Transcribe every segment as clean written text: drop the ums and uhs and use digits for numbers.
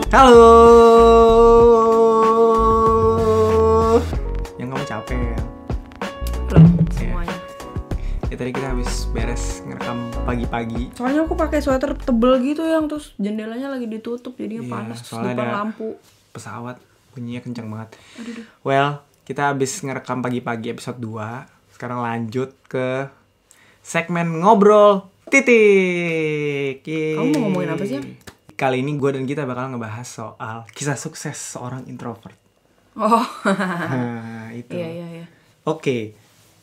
Halo. Yang kamu capek ya? Belum semuanya. Ya tadi kita habis beres ngerekam pagi-pagi. Soalnya aku pakai sweater tebel gitu yang terus jendelanya lagi ditutup jadinya panas soalnya depan ada lampu. Pesawat bunyinya kencang banget. Aduh. Well, kita habis ngerekam pagi-pagi episode 2. Sekarang lanjut ke segmen ngobrol titik. Kamu mau ngomongin apa sih? Kali ini gue dan kita bakal ngebahas soal kisah sukses seorang introvert. Oh. Nah, itu. Iya. Oke.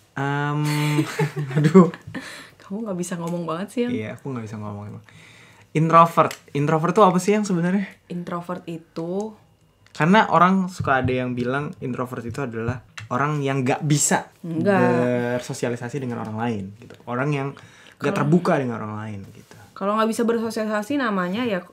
Aduh. Kamu nggak bisa ngomong banget sih. Iya, aku nggak bisa ngomong emang. Introvert tuh apa sih yang sebenarnya? Introvert itu Karena orang suka ada yang bilang introvert itu adalah orang yang nggak bisa bersosialisasi dengan orang lain gitu. Orang yang nggak terbuka dengan orang lain gitu. kalau nggak bisa bersosialisasi namanya ya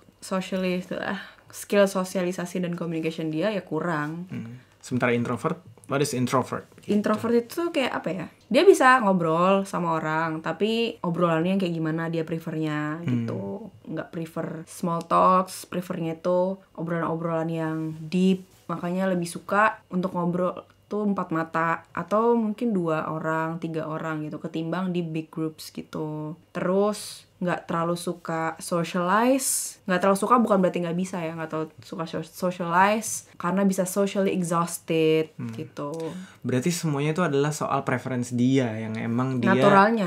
skill sosialisasi dan communication dia ya kurang. Sementara introvert, what is introvert? Gitu. Introvert itu kayak apa ya? Dia bisa ngobrol sama orang, tapi obrolannya kayak gimana dia prefernya gitu. Nggak prefer small talks, prefernya itu obrolan-obrolan yang deep. Makanya lebih suka untuk ngobrol tuh 4 mata atau mungkin 2 orang, 3 orang gitu ketimbang di big groups gitu. Terus nggak terlalu suka socialize. Nggak terlalu suka bukan berarti nggak bisa ya, nggak terlalu suka socialize karena bisa socially exhausted gitu. Berarti semuanya itu adalah soal preference dia yang emang dia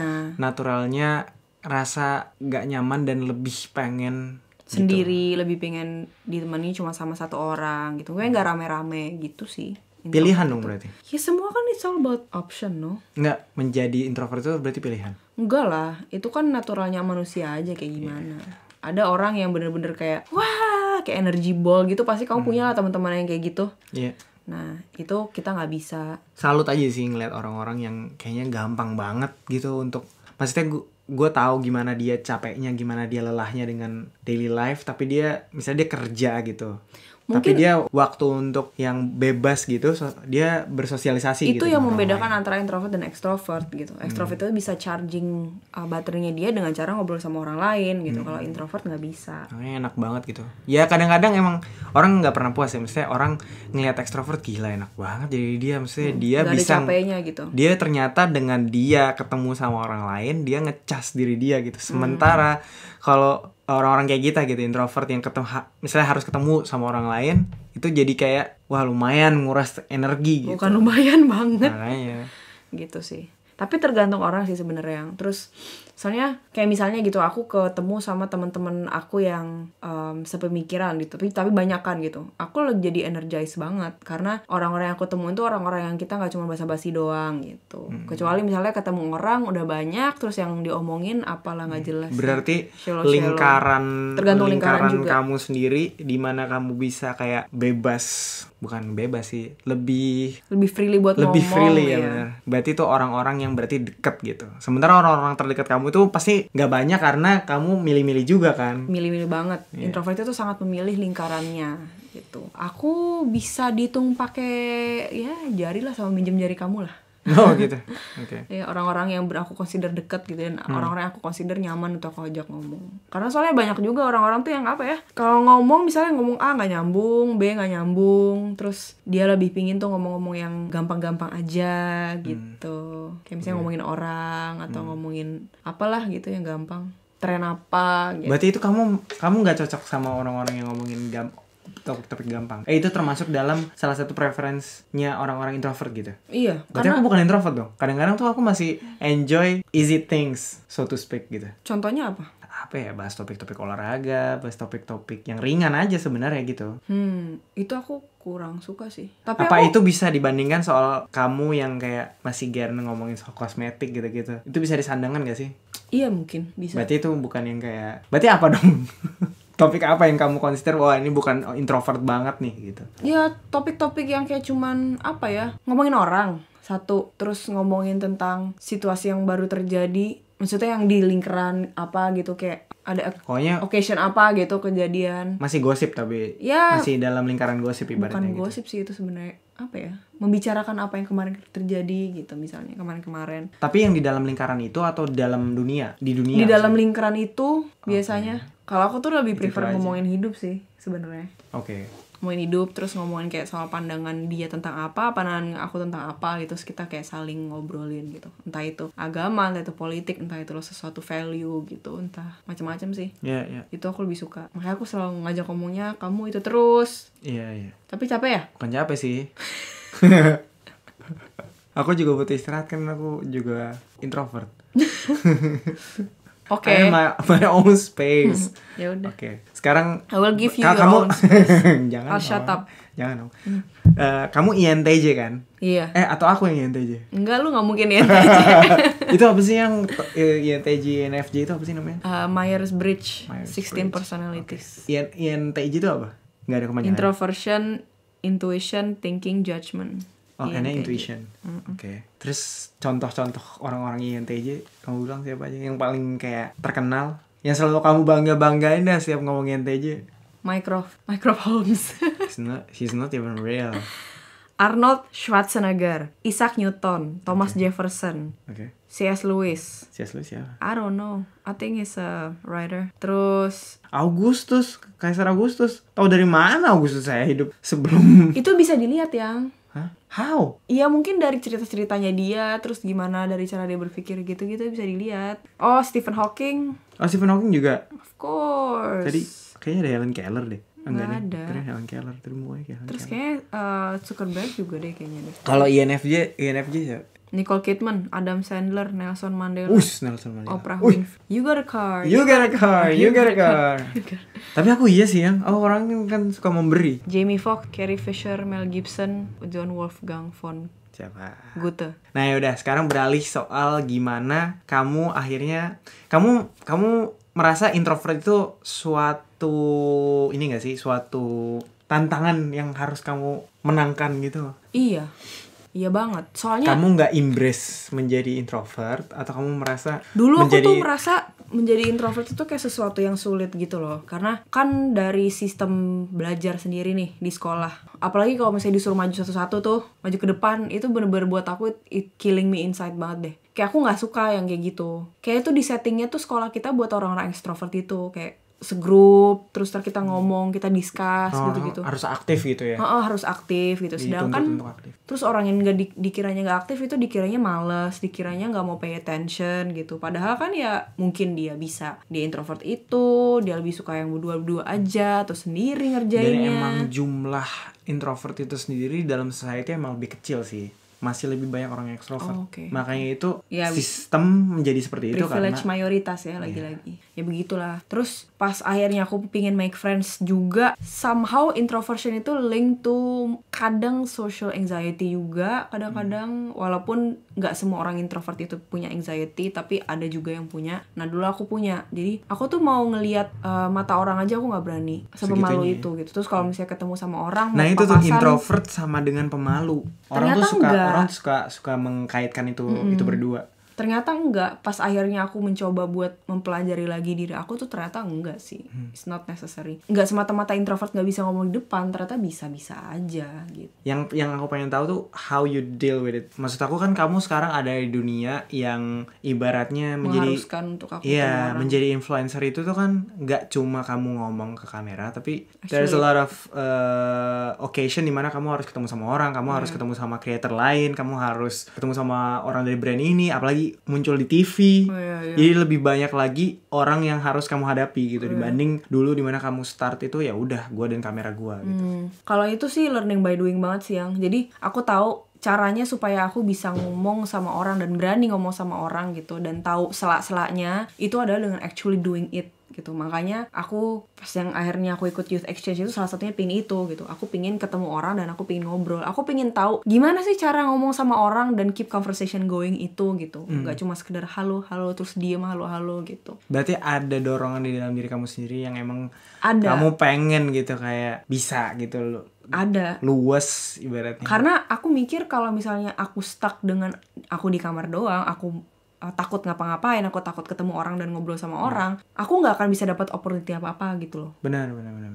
naturalnya rasa nggak nyaman dan lebih pengen sendiri, lebih pengen ditemani cuma sama satu orang gitu. Gue nggak rame-rame gitu sih. Pilihan dong berarti. Ya semua kan it's all about option, no? Nggak, menjadi introvert itu berarti pilihan. Enggak lah, itu kan naturalnya manusia aja kayak gimana. Ada orang yang bener-bener kayak wah, kayak energy ball gitu, pasti kamu punya lah teman-teman yang kayak gitu. Iya. Nah, itu kita nggak bisa. Salut aja sih ngeliat orang-orang yang kayaknya gampang banget gitu untuk, maksudnya gue tahu gimana dia capeknya, gimana dia lelahnya dengan daily life, tapi dia misalnya dia kerja gitu. Tapi dia waktu untuk yang bebas gitu, dia bersosialisasi itu gitu. Yang membedakan antara introvert dan extrovert gitu. Extrovert itu bisa charging baterainya dia dengan cara ngobrol sama orang lain gitu. Kalau introvert nggak bisa. Makanya enak banget gitu. Ya kadang-kadang emang orang nggak pernah puas ya. Maksudnya orang ngelihat extrovert gila enak banget. Jadi dia maksudnya dia gak bisa. ada capeknya gitu. Dia ternyata dengan dia ketemu sama orang lain, dia ngecas diri dia gitu. Sementara kalau orang-orang kayak kita gitu, introvert yang ketemu, misalnya harus ketemu sama orang lain, itu jadi kayak wah lumayan nguras energi gitu. Bukan lumayan banget. Makanya gitu sih. Tapi tergantung orang sih sebenarnya. Terus soalnya kayak misalnya gitu aku ketemu sama teman-teman aku yang sepemikiran gitu. Tapi banyakan gitu. Aku lagi jadi energized banget karena orang-orang yang aku temuin tuh orang-orang yang kita nggak cuma basa-basi doang gitu. Kecuali misalnya ketemu orang udah banyak terus yang diomongin apalah nggak jelas. berarti Shallow. tergantung lingkaran juga. kamu sendiri di mana kamu bisa kayak bebas, bukan bebas sih, lebih freely buat lebih ngomong freely ya ya. benar. Berarti itu orang-orang yang berarti deket gitu. Sementara orang-orang terdekat kamu itu pasti nggak banyak karena kamu milih-milih juga kan. Milih-milih banget. Introvert itu sangat memilih lingkarannya gitu. Aku bisa dihitung pakai ya jari lah, sama minjem jari kamu lah. Oh gitu. Oke. Ya orang-orang yang aku consider deket gitu dan orang-orang yang aku consider nyaman untuk aku ajak ngomong. Karena soalnya banyak juga orang-orang tuh yang apa ya, kalau ngomong misalnya ngomong A nggak nyambung, B nggak nyambung, terus dia lebih pingin tuh ngomong-ngomong yang gampang-gampang aja gitu. Kayak misalnya ngomongin orang atau ngomongin apalah gitu yang gampang, tren apa gitu. Berarti itu kamu nggak cocok sama orang-orang yang ngomongin topik gampang. Itu termasuk dalam salah satu preferensinya orang-orang introvert gitu. Iya. Berarti aku bukan introvert dong. Kadang-kadang tuh aku masih enjoy easy things, so to speak gitu. Contohnya apa? Apa ya, bahas topik-topik olahraga, bahas topik-topik yang ringan aja sebenarnya gitu. Itu aku kurang suka sih. Tapi apa itu bisa dibandingkan soal kamu yang kayak masih gern ngomongin soal kosmetik gitu-gitu? Itu bisa disandangkan gak sih? Iya mungkin bisa. Berarti itu bukan yang kayak, berarti apa dong? Topik apa yang kamu consider wah ini bukan introvert banget nih gitu? Ya topik-topik yang kayak cuman apa ya, ngomongin orang satu, terus ngomongin tentang situasi yang baru terjadi, maksudnya yang di lingkaran apa gitu, kayak ada occasion apa gitu kejadian. Masih gosip tapi ya, masih dalam lingkaran gosip ibaratnya. Bukan gosip sih itu sebenarnya, apa ya, membicarakan apa yang kemarin terjadi gitu, misalnya kemarin-kemarin. Tapi yang di dalam lingkaran itu atau dalam dunia? Di dunia. Di dalam lingkaran itu biasanya. Kalau aku tuh lebih prefer ngomongin hidup sih sebenarnya. Oke. Ngomongin hidup, terus ngomongin kayak soal pandangan dia tentang apa, pandangan aku tentang apa gitu, terus kita kayak saling ngobrolin gitu. Entah itu agama, entah itu politik, entah itu sesuatu value gitu, entah macam-macam sih. Iya, iya. Itu aku lebih suka. Makanya aku selalu ngajak ngomongnya kamu itu terus. Iya, iya. Tapi capek ya? Bukan capek sih. Aku juga butuh istirahat kan, aku juga introvert. Oke. I have my own space. Ya udah. Oke. Sekarang I will give you your kamu own space. jangan. I'll shut dong. up. Jangan dong. Kamu INTJ kan? Iya. Atau aku yang INTJ? Enggak, lu nggak mungkin ya. Itu apa sih yang INTJ, INFJ itu apa sih namanya? Myers-Briggs, 16 Myers-Briggs. personalities. INTJ itu apa? Nggak ada kepanjangan. Introversion, intuition, thinking, judgment. Oh, INTJ. N-nya intuition. Oke. Terus contoh-contoh orang-orang INTJ, kamu bilang siapa aja yang paling kayak terkenal, yang selalu kamu bangga-banggain dah setiap ngomong INTJ? Mycroft Holmes. He's not even real. Arnold Schwarzenegger, Isaac Newton, Thomas Jefferson, Oke. C.S. Lewis. C.S. Lewis siapa? I don't know. I think he's a writer. Terus Augustus, Kaisar Augustus. Tahu dari mana Augustus saya hidup sebelum? itu bisa dilihat yang. Hah? How? Iya, mungkin dari cerita-ceritanya dia, terus gimana dari cara dia berpikir gitu-gitu bisa dilihat. Oh, Stephen Hawking. Oh, Stephen Hawking juga. Of course. Tadi kayaknya ada Helen Keller deh. Nggak nih. ada. Keren Helen Keller. Terus mulai kayak Helen Terus Keller. kayak Zuckerberg juga deh kayaknya deh. Kalau INFJ siapa? Nicole Kidman, Adam Sandler, Nelson Mandela, Nelson Mandela. Oprah Winfrey. You got a car. You got a car. You got a car. Tapi aku iya sih yang, orang kan suka memberi. Jamie Foxx, Carrie Fisher, Mel Gibson, John Wolfgang von Siapa? Goethe. Nah yaudah, sekarang beralih soal gimana kamu akhirnya kamu merasa introvert itu suatu ini gak sih, suatu tantangan yang harus kamu menangkan gitu? Iya banget. Soalnya kamu nggak embrace menjadi introvert atau kamu merasa dulu aku tuh merasa menjadi introvert itu kayak sesuatu yang sulit gitu loh. Karena kan dari sistem belajar sendiri nih di sekolah. Apalagi kalau misalnya disuruh maju satu-satu tuh, maju ke depan, itu bener-bener buat aku it killing me inside banget deh. Kayak aku nggak suka yang kayak gitu. Kayak itu di settingnya tuh sekolah kita buat orang-orang extrovert itu, kayak segrup, terus kita ngomong, kita discuss gitu-gitu. Harus aktif gitu ya? Harus aktif gitu. Sedangkan aktif. Terus orang yang dikiranya nggak aktif itu dikiranya malas, dikiranya nggak mau pay attention gitu. Padahal kan ya mungkin dia bisa, dia introvert itu, dia lebih suka yang berdua-berdua aja atau sendiri ngerjainnya. Dan emang jumlah introvert itu sendiri dalam society emang lebih kecil sih. Masih lebih banyak orang yang extrovert. Makanya itu ya, sistem menjadi seperti itu karena privilege mayoritas ya lagi-lagi. Ya begitulah. Terus pas akhirnya aku pingin make friends juga, somehow introversion itu link to kadang social anxiety juga. Kadang-kadang walaupun nggak semua orang introvert itu punya anxiety, tapi ada juga yang punya. Nah dulu aku punya. Jadi aku tuh mau ngelihat mata orang aja aku nggak berani. Sepemalu itu gitu. Terus kalau misalnya ketemu sama orang, nah itu tuh introvert sama dengan pemalu. Orang tuh suka mengkaitkan itu berdua. Ternyata enggak. Pas akhirnya aku mencoba buat mempelajari lagi diri aku tuh ternyata enggak sih. It's not necessary. Enggak semata-mata introvert gak bisa ngomong di depan. Ternyata bisa-bisa aja gitu. Yang aku pengen tahu tuh how you deal with it. Maksud aku kan kamu sekarang ada di dunia yang ibaratnya mengharuskan untuk aku menjadi influencer itu tuh kan gak cuma kamu ngomong ke kamera, tapi there's a lot of occasion dimana kamu harus ketemu sama orang, kamu harus ketemu sama creator lain, kamu harus ketemu sama orang dari brand ini, apalagi muncul di TV. Jadi lebih banyak lagi orang yang harus kamu hadapi gitu dibanding dulu dimana kamu start itu ya udah gue dan kamera gue gitu. Kalau itu sih learning by doing banget sih yang. Jadi aku tahu caranya supaya aku bisa ngomong sama orang dan berani ngomong sama orang gitu, dan tahu selak-selaknya itu adalah dengan actually doing it gitu. Makanya aku pas yang akhirnya aku ikut youth exchange itu salah satunya pingin itu gitu. Aku pingin ketemu orang dan aku pingin ngobrol. Aku pingin tahu gimana sih cara ngomong sama orang dan keep conversation going itu gitu. Gak cuma sekedar halo terus diem halo gitu. Berarti ada dorongan di dalam diri kamu sendiri yang emang ada. Kamu pengen gitu kayak bisa gitu loh. Ada. Luwes ibaratnya. Karena aku mikir kalau misalnya aku stuck dengan aku di kamar doang, aku takut ngapa-ngapain, aku takut ketemu orang dan ngobrol sama orang, aku nggak akan bisa dapat opportunity apa-apa gitu loh. Benar.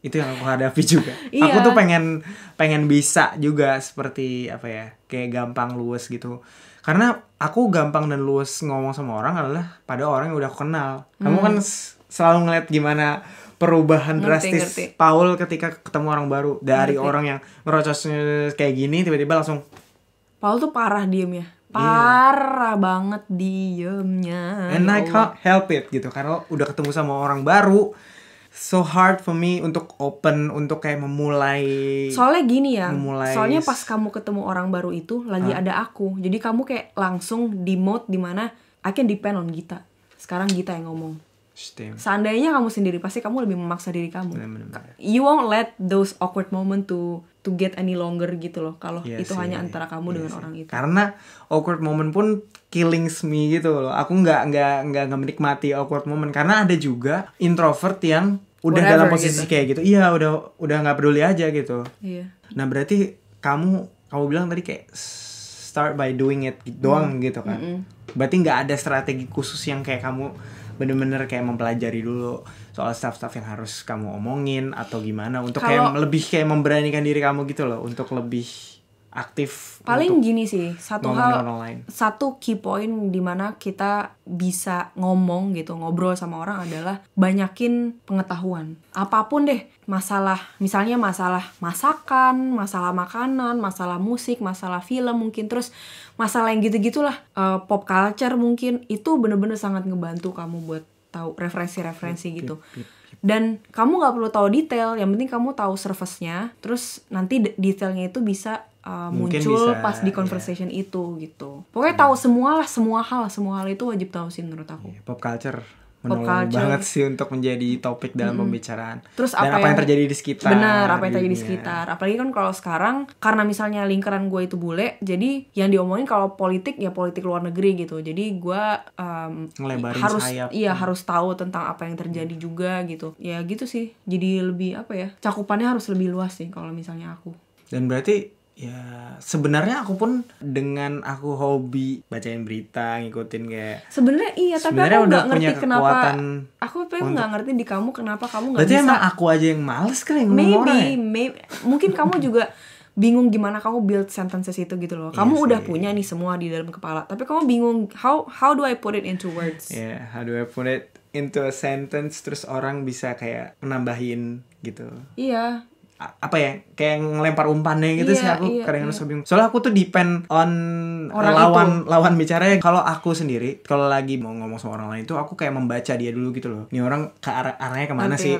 Itu yang aku hadapi juga. Iya. Aku tuh pengen bisa juga seperti apa ya, kayak gampang luwes gitu. Karena aku gampang dan luwes ngomong sama orang adalah pada orang yang udah aku kenal. Kamu kan selalu ngeliat gimana perubahan drastis Paul ketika ketemu orang baru. Dari orang yang ngerocosnya kayak gini tiba-tiba langsung Paul tuh parah diemnya. Parah banget diemnya. And I can't help it gitu. Karena udah ketemu sama orang baru, so hard for me untuk open, untuk kayak memulai. Soalnya gini ya, soalnya pas kamu ketemu orang baru itu lagi ada aku. Jadi kamu kayak langsung di mode dimana I can depend on Gita. Sekarang Gita yang ngomong. Seandainya kamu sendiri, pasti kamu lebih memaksa diri kamu. Bener-bener. You won't let those awkward moment to get any longer gitu loh. Kalau itu hanya antara kamu dengan orang itu. Karena awkward moment pun killings me gitu loh. Aku nggak menikmati awkward moment. Karena ada juga introvert yang udah dalam posisi kayak gitu. Iya, udah nggak peduli aja gitu. Iya. Nah berarti kamu bilang tadi kayak start by doing it doang gitu kan. Berarti nggak ada strategi khusus yang kayak kamu bener-bener kayak mempelajari dulu soal stuff-stuff yang harus kamu omongin atau gimana untuk kayak lebih kayak memberanikan diri kamu gitu loh untuk lebih aktif. Paling gini sih, satu key point dimana kita bisa ngomong gitu, ngobrol sama orang adalah banyakin pengetahuan. Apapun deh, misalnya masalah masakan, masalah makanan, masalah musik, masalah film mungkin, terus masalah yang gitu-gitulah, pop culture mungkin, itu bener-bener sangat ngebantu kamu buat tahu referensi-referensi gitu. Dan kamu nggak perlu tahu detail, yang penting kamu tahu surface-nya, terus nanti detailnya itu bisa muncul pas di conversation itu gitu. Pokoknya tahu semua hal itu wajib tahu sih menurut aku. Pop culture menolong banget sih untuk menjadi topik dalam pembicaraan. Terus apa yang terjadi di sekitar. Benar, apa yang terjadi di sekitar. Apalagi kan kalau sekarang karena misalnya lingkaran gue itu bule, jadi yang diomongin kalau politik ya politik luar negeri gitu. Jadi gue harus tahu tentang apa yang terjadi juga gitu. Ya gitu sih. Jadi lebih cakupannya harus lebih luas sih kalau misalnya aku. Dan berarti ya sebenarnya aku pun dengan aku hobi bacain berita, ngikutin kayak sebenarnya iya, tapi aku nggak ngerti kenapa. Aku nggak ngerti di kamu kenapa kamu nggak bisa. Berarti emang aku aja yang males kali ngomong orang. Maybe mungkin kamu juga bingung gimana kamu build sentences itu gitu loh. Kamu udah punya nih semua di dalam kepala, tapi kamu bingung how do I put it into words? Yeah, how do I put it into a sentence terus orang bisa kayak nambahin gitu. Iya. Apa ya, kayak ngelempar umpannya gitu sih aku kadang-kadang suka bingung. Soalnya aku tuh depend on lawan bicaranya. Kalau aku sendiri kalau lagi mau ngomong sama orang lain tuh aku kayak membaca dia dulu gitu loh. Ini orang ke arahnya kemana sih?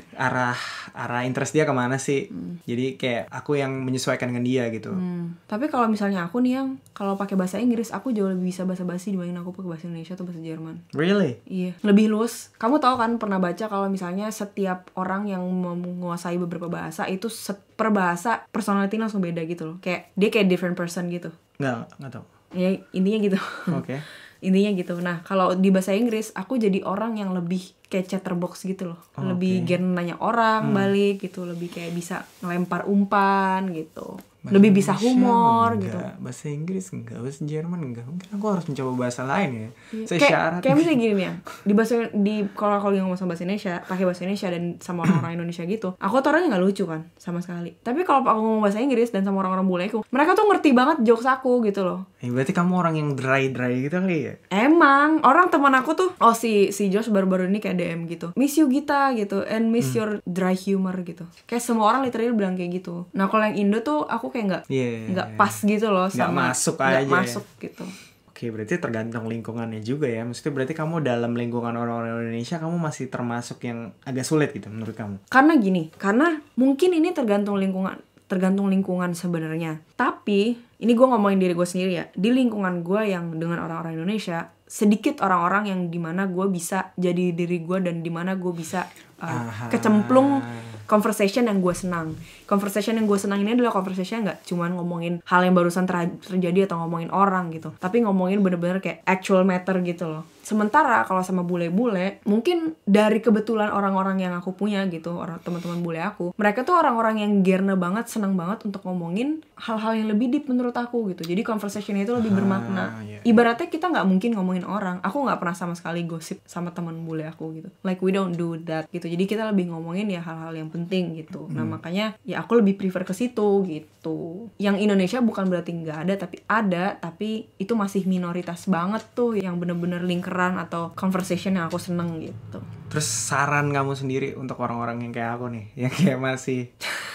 Arah interest dia kemana sih? Jadi kayak aku yang menyesuaikan dengan dia gitu. Tapi kalau misalnya aku nih yang kalau pakai bahasa Inggris aku jauh lebih bisa basa-basi dibanding aku pakai bahasa Indonesia atau bahasa Jerman. Really? Iya, lebih luas. Kamu tahu kan, pernah baca kalau misalnya setiap orang yang menguasai beberapa bahasa itu per bahasa personality langsung beda gitu loh. Kayak dia kayak different person gitu. Nggak tahu. Ya intinya gitu. Oke. Intinya gitu. Nah kalau di bahasa Inggris aku jadi orang yang lebih kayak chatterbox gitu loh. Lebih nanya orang balik gitu. Lebih kayak bisa ngelempar umpan gitu. Lebih bisa humor gitu. Bahasa Inggris enggak, bahasa Jerman enggak. Mungkin aku harus mencoba bahasa lain ya. Kayak misalnya gini nih ya. Kalau aku ngomong sama bahasa Indonesia, pakai bahasa Indonesia dan sama orang-orang Indonesia gitu, aku tuh orangnya nggak lucu kan sama sekali. Tapi kalau aku ngomong bahasa Inggris dan sama orang-orang bule aku, mereka tuh ngerti banget jokes aku gitu loh. Berarti kamu orang yang dry gitu kali ya? Emang orang teman aku tuh, si Josh baru-baru ini kayak DM gitu, miss you Gita gitu, and miss your dry humor gitu. Kayak semua orang literally bilang kayak gitu. Nah kalau yang Indo tuh aku kayak nggak pas gitu loh, sama nggak masuk gitu. Oke, berarti tergantung lingkungannya juga ya. Maksudnya berarti kamu dalam lingkungan orang-orang Indonesia kamu masih termasuk yang agak sulit gitu menurut kamu? Karena mungkin ini tergantung lingkungan sebenarnya. Tapi ini gue ngomongin diri gue sendiri ya. Di lingkungan gue yang dengan orang-orang Indonesia, sedikit orang-orang yang dimana gue bisa jadi diri gue dan dimana gue bisa kecemplung conversation yang gue senang. Conversation yang gue senang ini adalah conversation yang gak cuma ngomongin hal yang barusan terjadi atau ngomongin orang gitu, tapi ngomongin bener-bener kayak actual matter gitu loh. Sementara kalau sama bule-bule, mungkin dari kebetulan orang-orang yang aku punya gitu, orang teman-teman bule aku, mereka tuh orang-orang yang gerne banget, senang banget untuk ngomongin hal-hal yang lebih deep menurut aku gitu. Jadi conversation itu lebih bermakna. Iya. Ibaratnya kita nggak mungkin ngomongin orang. Aku nggak pernah sama sekali gosip sama teman bule aku gitu. Like we don't do that gitu. Jadi kita lebih ngomongin ya hal-hal yang penting gitu. Nah makanya ya aku lebih prefer ke situ gitu. Yang Indonesia bukan berarti nggak ada, tapi itu masih minoritas banget tuh yang bener-bener lingkaran atau conversation yang aku seneng gitu. Terus saran kamu sendiri untuk orang-orang yang kayak aku nih, yang kayak masih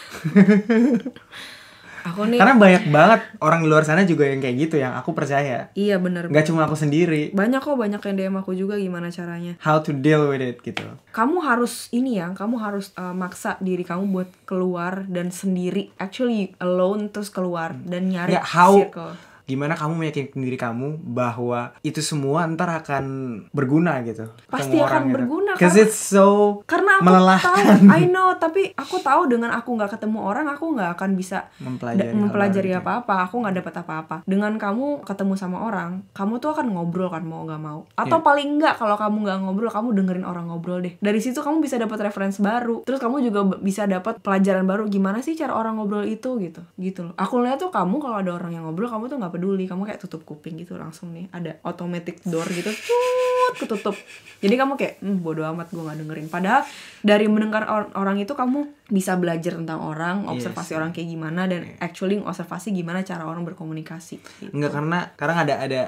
Aku nih, karena banyak banget orang di luar sana juga yang kayak gitu, yang aku percaya. iya bener. Nggak cuma aku sendiri. Banyak yang DM aku juga gimana caranya. How to deal with it gitu. Kamu harus kamu harus maksa diri kamu buat keluar dan sendiri, actually alone, terus keluar dan nyari Nggak, how circle. gimana kamu meyakinkan diri kamu bahwa itu semua ntar akan berguna gitu. Pasti Ketemu akan orang gitu. berguna, 'Cause it's so karena aku melelahkan. tahu, I know, tapi aku tahu dengan aku nggak ketemu orang, aku nggak akan bisa mempelajari hal-hal apa-apa, aku nggak dapat apa-apa. Dengan kamu ketemu sama orang, kamu tuh akan ngobrol kan, mau nggak mau. Atau paling nggak kalau kamu nggak ngobrol, kamu dengerin orang ngobrol deh. Dari situ kamu bisa dapat referensi baru. Terus kamu juga bisa dapat pelajaran baru, gimana sih cara orang ngobrol itu gitu loh. Aku lihat tuh kamu kalau ada orang yang ngobrol, kamu tuh nggak peduli, kamu kayak tutup kuping gitu langsung nih, ada automatic door gitu, ketutup. Jadi kamu kayak bodo amat, gue nggak dengerin. Padahal dari mendengar orang itu kamu bisa belajar tentang orang, observasi orang kayak gimana, dan actually observasi gimana cara orang berkomunikasi gitu. Enggak, karena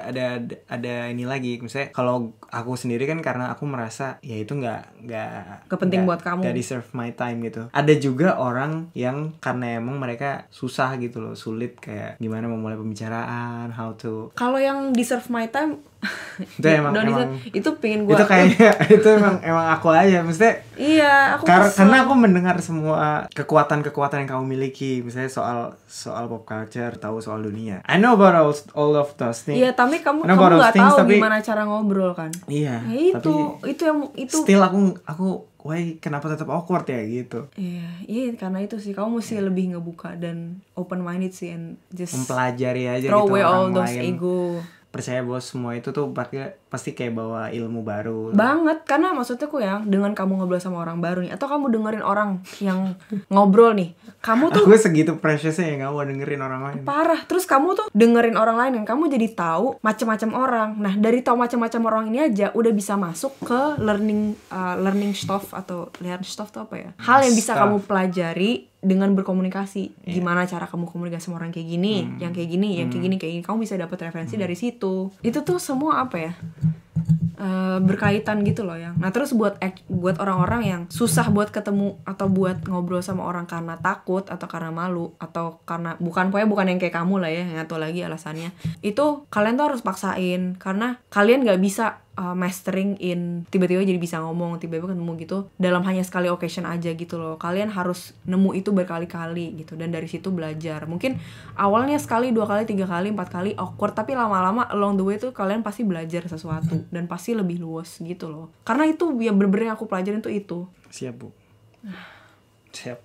ada ini lagi, misalnya kalau aku sendiri kan, karena aku merasa ya itu nggak kepenting buat kamu, nggak deserve my time gitu. Ada juga orang yang karena emang mereka susah gitu loh, sulit kayak gimana memulai pembicaraan, how to. Kalau yang deserve my time itu emang itu pengen gue, itu kayaknya itu emang aku aja, maksudnya iya, aku karena aku mendengar semua kekuatan yang kamu miliki, misalnya soal pop culture, tahu soal dunia. I know about all of those things. Iya, tapi kamu nggak tahu gimana cara ngobrol kan. Iya, itu still aku kenapa tetap awkward ya gitu. Iya, karena itu sih kamu mesti lebih ngebuka dan open minded sih, and just mempelajari aja throw gitu away orang all those lain. ego. Percaya bahwa semua itu tuh pasti kayak bawa ilmu baru banget. Karena maksudnya dengan kamu ngobrol sama orang baru nih, atau kamu dengerin orang yang ngobrol nih, kamu tuh aku segitu preciousnya ya kamu dengerin orang lain, parah. Terus kamu tuh dengerin orang lain, yang kamu jadi tahu macam-macam orang. Nah, dari tahu macam-macam orang ini aja udah bisa masuk ke learning stuff, atau learn stuff tuh apa ya, hal yang bisa kamu pelajari dengan berkomunikasi. Gimana cara kamu komunikasi sama orang kayak gini, yang kayak gini, yang kayak gini, kamu bisa dapat referensi dari situ. Itu tuh semua apa ya, berkaitan gitu loh ya. Nah, terus buat orang-orang yang susah buat ketemu atau buat ngobrol sama orang karena takut atau karena malu atau karena bukan yang kayak kamu lah ya, yang atau lagi alasannya, itu kalian tuh harus paksain, karena kalian nggak bisa mastering in tiba-tiba jadi bisa ngomong, tiba-tiba ketemu gitu dalam hanya sekali occasion aja gitu loh. Kalian harus nemu itu berkali-kali gitu, dan dari situ belajar. Mungkin awalnya sekali, 2 kali, 3 kali, 4 kali awkward, tapi lama-lama along the way tuh kalian pasti belajar sesuatu dan pasti lebih luas gitu loh. Karena itu ya bener-bener yang aku pelajarin tuh itu. Siap, Bu. Siap.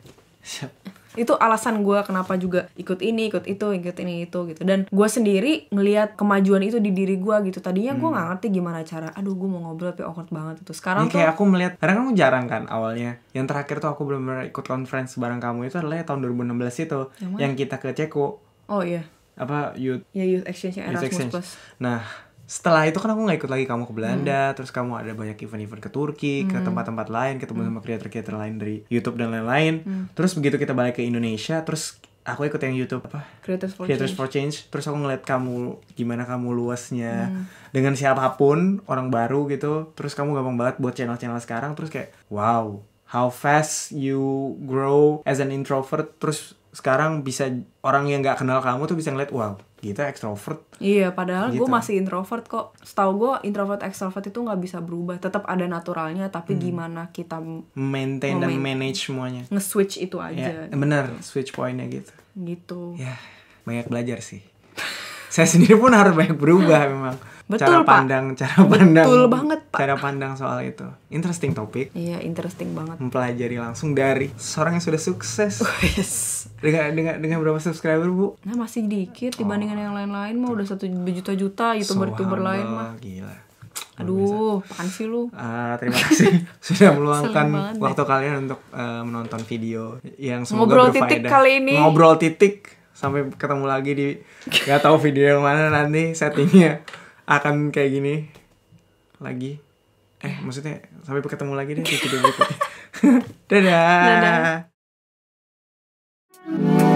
Itu alasan gue kenapa juga ikut ini itu gitu. Dan gue sendiri ngelihat kemajuan itu di diri gue gitu. Tadinya gue nggak ngerti gimana cara, gue mau ngobrol tapi awkward banget itu. Sekarang kayak aku melihat, karena kamu jarang kan awalnya. Yang terakhir tuh aku benar-benar ikut conference bareng kamu itu adalah tahun 2016 itu, yang kita ke Ceko. Oh iya. Apa youth exchange yang Erasmus Plus. Nah, setelah itu kan aku nggak ikut lagi kamu ke Belanda, terus kamu ada banyak event-event ke Turki, ke tempat-tempat lain, ketemu sama kreator-kreator lain dari YouTube dan lain-lain. Terus begitu kita balik ke Indonesia, terus aku ikut yang YouTube Creators for Change. Terus aku ngeliat kamu gimana kamu luasnya dengan siapapun, orang baru gitu. Terus kamu gampang banget buat channel-channel sekarang. Terus kayak wow, how fast you grow as an introvert. Terus sekarang bisa orang yang nggak kenal kamu tuh bisa ngeliat wow, kita extrovert. Iya, padahal gitu. Gue masih introvert kok. Setahu gue introvert extrovert itu nggak bisa berubah, tetap ada naturalnya. Tapi gimana kita maintain dan manage semuanya, nge-switch itu aja. Ya, bener, switch pointnya gitu. Ya, banyak belajar sih. Saya sendiri pun harus banyak berubah memang. Betul, cara pandang, betul banget, Pak. Cara pandang soal itu. Interesting topik. Iya, interesting banget. Mempelajari langsung dari seorang yang sudah sukses. Yes. Dengan berapa subscriber, Bu? Nah, masih dikit dibandingkan yang lain-lain mah udah 1 juta-juta YouTuber lain mah. Gila. Aduh, apaan sih lu? Terima kasih sudah meluangkan Seneng banget deh. waktu kalian untuk menonton video yang semoga Ngobrol berfaedah. titik kali ini. Ngobrol titik. Sampai ketemu lagi di gak tahu video yang mana nanti settingnya akan kayak gini lagi. Maksudnya sampai ketemu lagi deh di video berikutnya. Dadah. Dadah.